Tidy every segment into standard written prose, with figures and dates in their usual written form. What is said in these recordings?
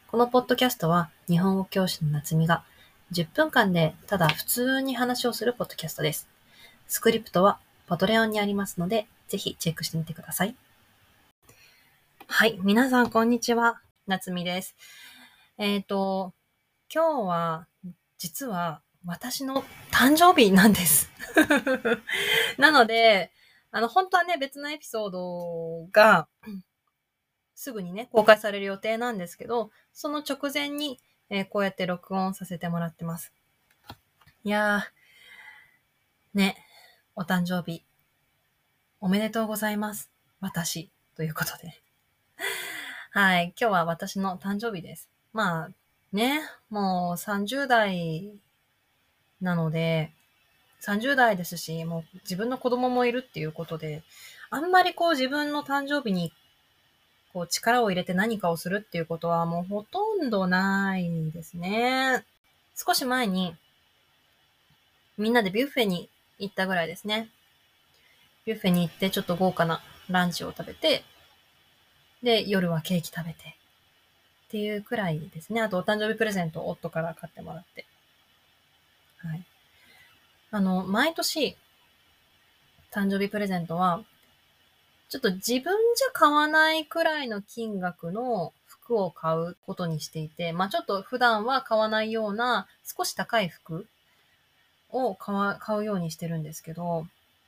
このポッドキャストは日本語教師の夏美が10分間でただ普通に話をするポッドキャストです。スクリプトはパトレオンにありますので、ぜひチェックしてみてください。はい、皆さんこんにちは。夏美です。今日は実は私の誕生日なんです。なので、本当はね、別のエピソードがすぐにね、公開される予定なんですけど、その直前に、こうやって録音させてもらってます。いやー、ね、お誕生日、おめでとうございます。私、ということで。はい、今日は私の誕生日です。まあ、ね、もう30代なので、30代ですし、もう自分の子供もいるっていうことで、あんまりこう自分の誕生日にこう力を入れて何かをするっていうことはもうほとんどないですね。少し前にみんなでビュッフェに行ったぐらいですね。ビュッフェに行ってちょっと豪華なランチを食べて、で、夜はケーキ食べてっていうくらいですね。あとお誕生日プレゼントを夫から買ってもらって。はい。毎年誕生日プレゼントは、ちょっと自分じゃ買わないくらいの金額の服を買うことにしていて、まあちょっと普段は買わないような少し高い服を買うようにしてるんですけど、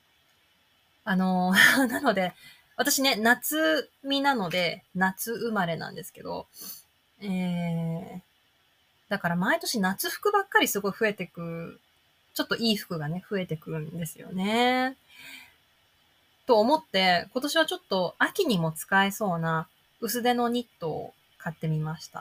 なので、私ね、夏身なので、夏生まれなんですけど、えー、だから毎年夏服ばっかりすごい増えてく、ちょっといい服がね、増えてくるんですよね。と思って、今年はちょっと秋にも使えそうな薄手のニットを買ってみました。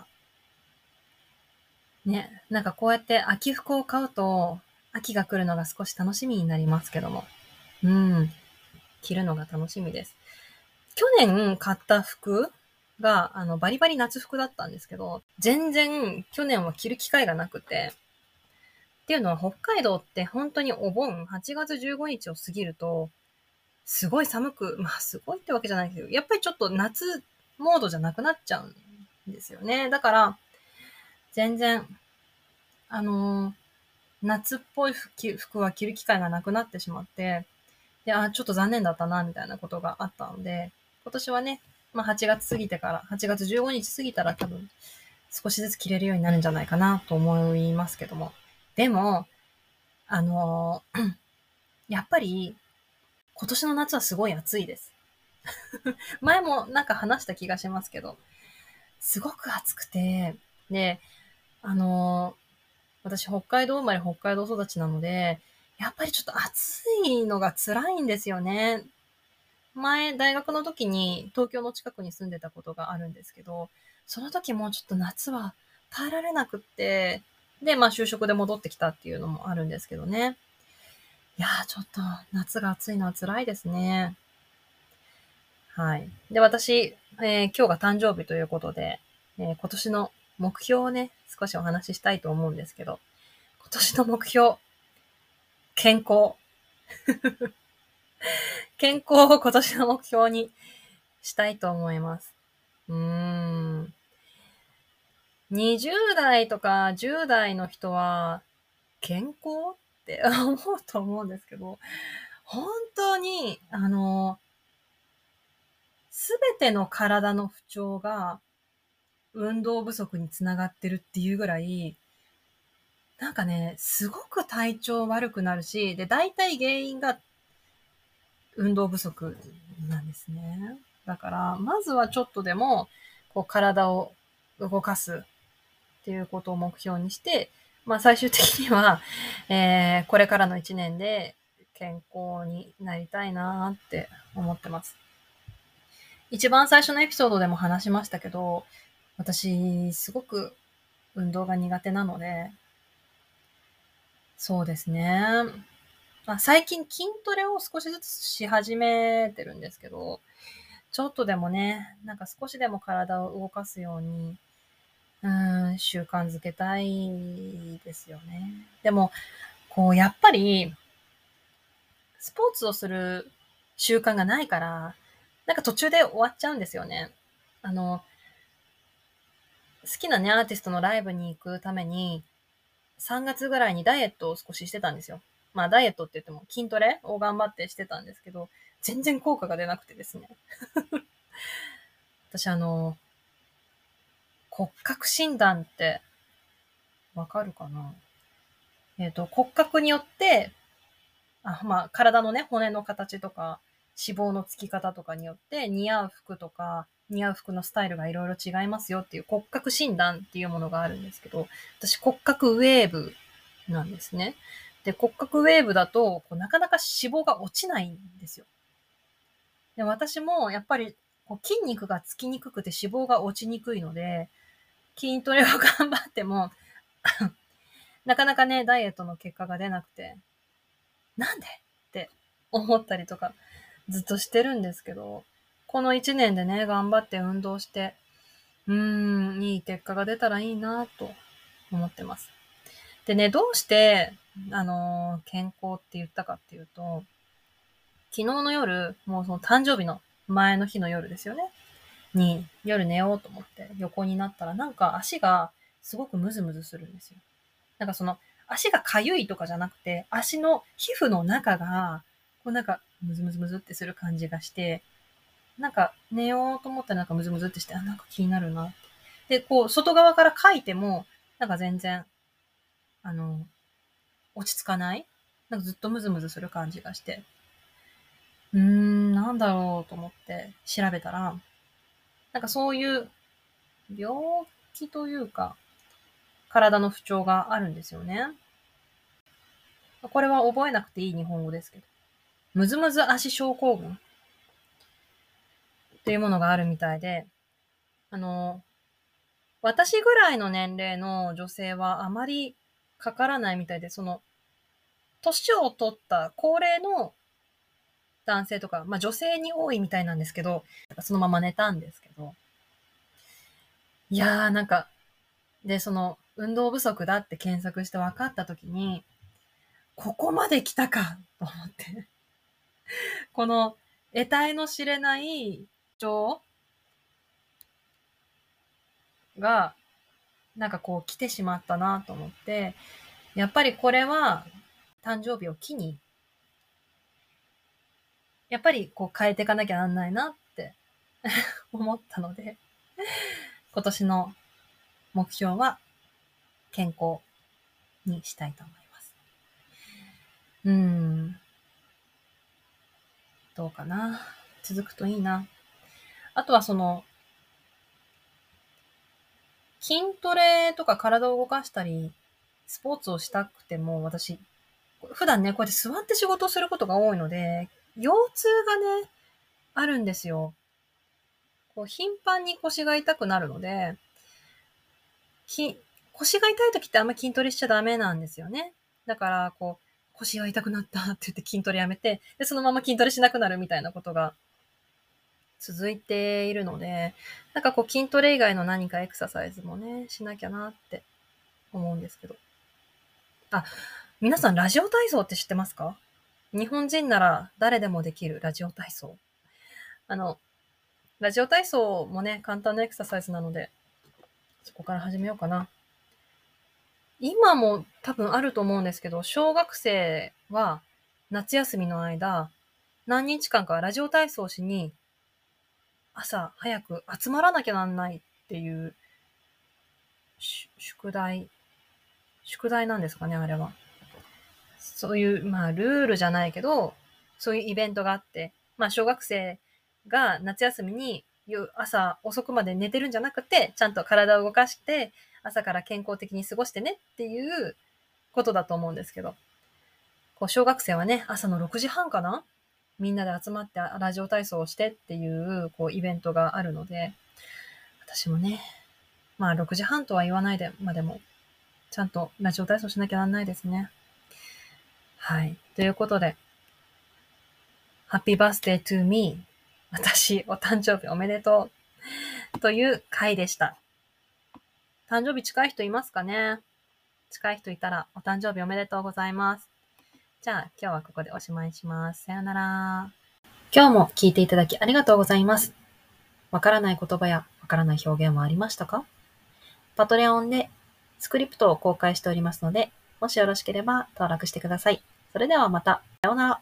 ね、なんかこうやって秋服を買うと、秋が来るのが少し楽しみになりますけども。うん、着るのが楽しみです。去年買った服が、バリバリ夏服だったんですけど、全然去年は着る機会がなくて、っていうのは北海道って本当にお盆、8月15日を過ぎると、すごい寒く、まあすごいってわけじゃないけど、やっぱりちょっと夏モードじゃなくなっちゃうんですよね。だから、全然、あのー夏っぽい服は着る機会がなくなってしまって、で、ちょっと残念だったな、みたいなことがあったので、今年はね、まあ8月過ぎてから、8月15日過ぎたら多分少しずつ着れるようになるんじゃないかなと思いますけども。でも、やっぱり今年の夏はすごい暑いです。前もなんか話した気がしますけど、すごく暑くて、で、あのー私北海道生まれ北海道育ちなので、やっぱりちょっと暑いのが辛いんですよね。前、大学の時に東京の近くに住んでたことがあるんですけど、その時もちょっと夏は耐えられなくって、で、まあ就職で戻ってきたっていうのもあるんですけどね。いやー、ちょっと夏が暑いのは辛いですね。はい。で、私、今日が誕生日ということで、今年の目標をね、少しお話ししたいと思うんですけど、今年の目標、健康。健康を今年の目標にしたいと思います。うーん。20代とか10代の人は、健康って思うと思うんですけど、本当に、すべての体の不調が運動不足につながってるっていうぐらい、なんかね、すごく体調悪くなるし、で、大体原因が運動不足なんですね。だから、まずはちょっとでも、こう、体を動かすっていうことを目標にして、まあ最終的には、これからの1年で健康になりたいなって思ってます。一番最初のエピソードでも話しましたけど、私、すごく運動が苦手なので、そうですね。まあ、最近筋トレを少しずつし始めてるんですけど、ちょっとでもね、なんか少しでも体を動かすように、習慣づけたいですよね。でも、こう、やっぱり、スポーツをする習慣がないから、なんか途中で終わっちゃうんですよね。あの、 好きなね、アーティストのライブに行くために、3月ぐらいにダイエットを少ししてたんですよ。まあダイエットって言っても筋トレを頑張ってしてたんですけど、全然効果が出なくてですね。私骨格診断ってわかるかな？骨格によって、まあ体のね、骨の形とか、脂肪のつき方とかによって似合う服とか、似合う服のスタイルがいろいろ違いますよっていう骨格診断っていうものがあるんですけど、私骨格ウェーブなんですね。で、骨格ウェーブだと、なかなか脂肪が落ちないんですよ。で、私もやっぱり筋肉がつきにくくて脂肪が落ちにくいので、筋トレを頑張っても、なかなかね、ダイエットの結果が出なくて、なんでって思ったりとか、ずっとしてるんですけど、この1年でね、頑張って運動して、いい結果が出たらいいなと思ってます。でね、どうして、健康って言ったかっていうと、昨日の夜、もうその誕生日の前の日の夜ですよね。に、夜寝ようと思って横になったら、なんか足がすごくムズムズするんですよ。なんかその、足が痒いとかじゃなくて、足の皮膚の中が、なんか、ムズムズムズってする感じがして、なんか寝ようと思ったらなんかムズムズってして、なんか気になるなって。で、外側から書いても、なんか全然、あの、落ち着かない。なんかずっとムズムズする感じがして。なんだろうと思って調べたら、なんかそういう病気というか、体の不調があるんですよね。これは覚えなくていい日本語ですけど。ムズムズ足症候群っていうものがあるみたいで、あの、私ぐらいの年齢の女性はあまりかからないみたいで、年を取った高齢の男性とか、まあ女性に多いみたいなんですけど、そのまま寝たんですけど、いやーなんか、で、運動不足だって検索して分かった時に、ここまで来たかと思って。この、得体の知れない情が、なんか来てしまったなと思って、やっぱりこれは、誕生日を機に、やっぱり変えていかなきゃなんないなって思ったので、今年の目標は健康にしたいと思います。どうかな。続くといいな。あとは筋トレとか体を動かしたり、スポーツをしたくても、私、普段ね、こうやって座って仕事をすることが多いので、腰痛がね、あるんですよ。頻繁に腰が痛くなるので、腰が痛い時ってあんま筋トレしちゃダメなんですよね。だから、腰が痛くなったって言って筋トレやめて、で、そのまま筋トレしなくなるみたいなことが続いているので、なんか筋トレ以外の何かエクササイズもね、しなきゃなって思うんですけど。あ、皆さんラジオ体操って知ってますか？日本人なら誰でもできるラジオ体操。あの、ラジオ体操もね、簡単なエクササイズなので、そこから始めようかな。今も多分あると思うんですけど、小学生は夏休みの間、何日間かラジオ体操しに朝早く集まらなきゃなんないっていう宿題なんですかね、あれは。そういう、まあ、ルールじゃないけど、そういうイベントがあって、まあ、小学生が夏休みに朝遅くまで寝てるんじゃなくて、ちゃんと体を動かして、朝から健康的に過ごしてねっていうことだと思うんですけど、小学生はね、朝の6時半かな、みんなで集まってラジオ体操をしてっていう、イベントがあるので、私もね、まあ、6時半とは言わないで、まあでも、ちゃんとラジオ体操しなきゃなんないですね。はい。ということで、Happy Birthday to me. 私、お誕生日おめでとう。という回でした。誕生日近い人いますかね？近い人いたら、お誕生日おめでとうございます。じゃあ、今日はここでおしまいします。さよなら。今日も聞いていただきありがとうございます。わからない言葉やわからない表現はありましたか？ パトレオンでスクリプトを公開しておりますので、もしよろしければ登録してください。それではまた。さようなら。